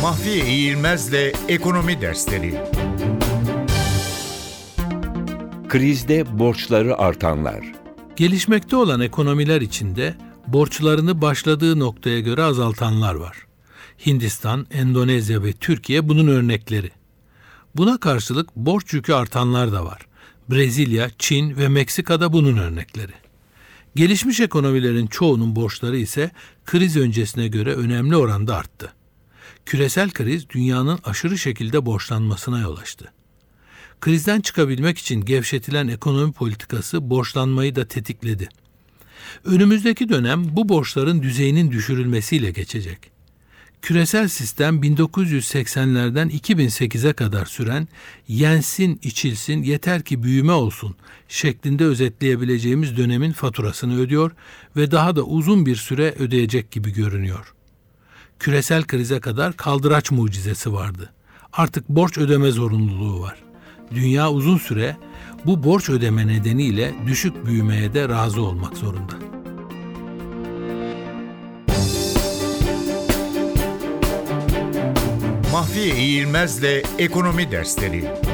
Mahfiye İğilmez'le Ekonomi Dersleri. Krizde borçları artanlar. Gelişmekte olan ekonomiler içinde borçlarını başladığı noktaya göre azaltanlar var. Hindistan, Endonezya ve Türkiye bunun örnekleri. Buna karşılık borç yükü artanlar da var. Brezilya, Çin ve Meksika'da bunun örnekleri. Gelişmiş ekonomilerin çoğunun borçları ise kriz öncesine göre önemli oranda arttı. Küresel kriz dünyanın aşırı şekilde borçlanmasına yol açtı. Krizden çıkabilmek için gevşetilen ekonomi politikası borçlanmayı da tetikledi. Önümüzdeki dönem bu borçların düzeyinin düşürülmesiyle geçecek. Küresel sistem 1980'lerden 2008'e kadar süren yensin içilsin yeter ki büyüme olsun şeklinde özetleyebileceğimiz dönemin faturasını ödüyor ve daha da uzun bir süre ödeyecek gibi görünüyor. Küresel krize kadar kaldıraç mucizesi vardı. Artık borç ödeme zorunluluğu var. Dünya uzun süre bu borç ödeme nedeniyle düşük büyümeye de razı olmak zorunda. Mahfiye İğilmez'le Ekonomi Dersleri.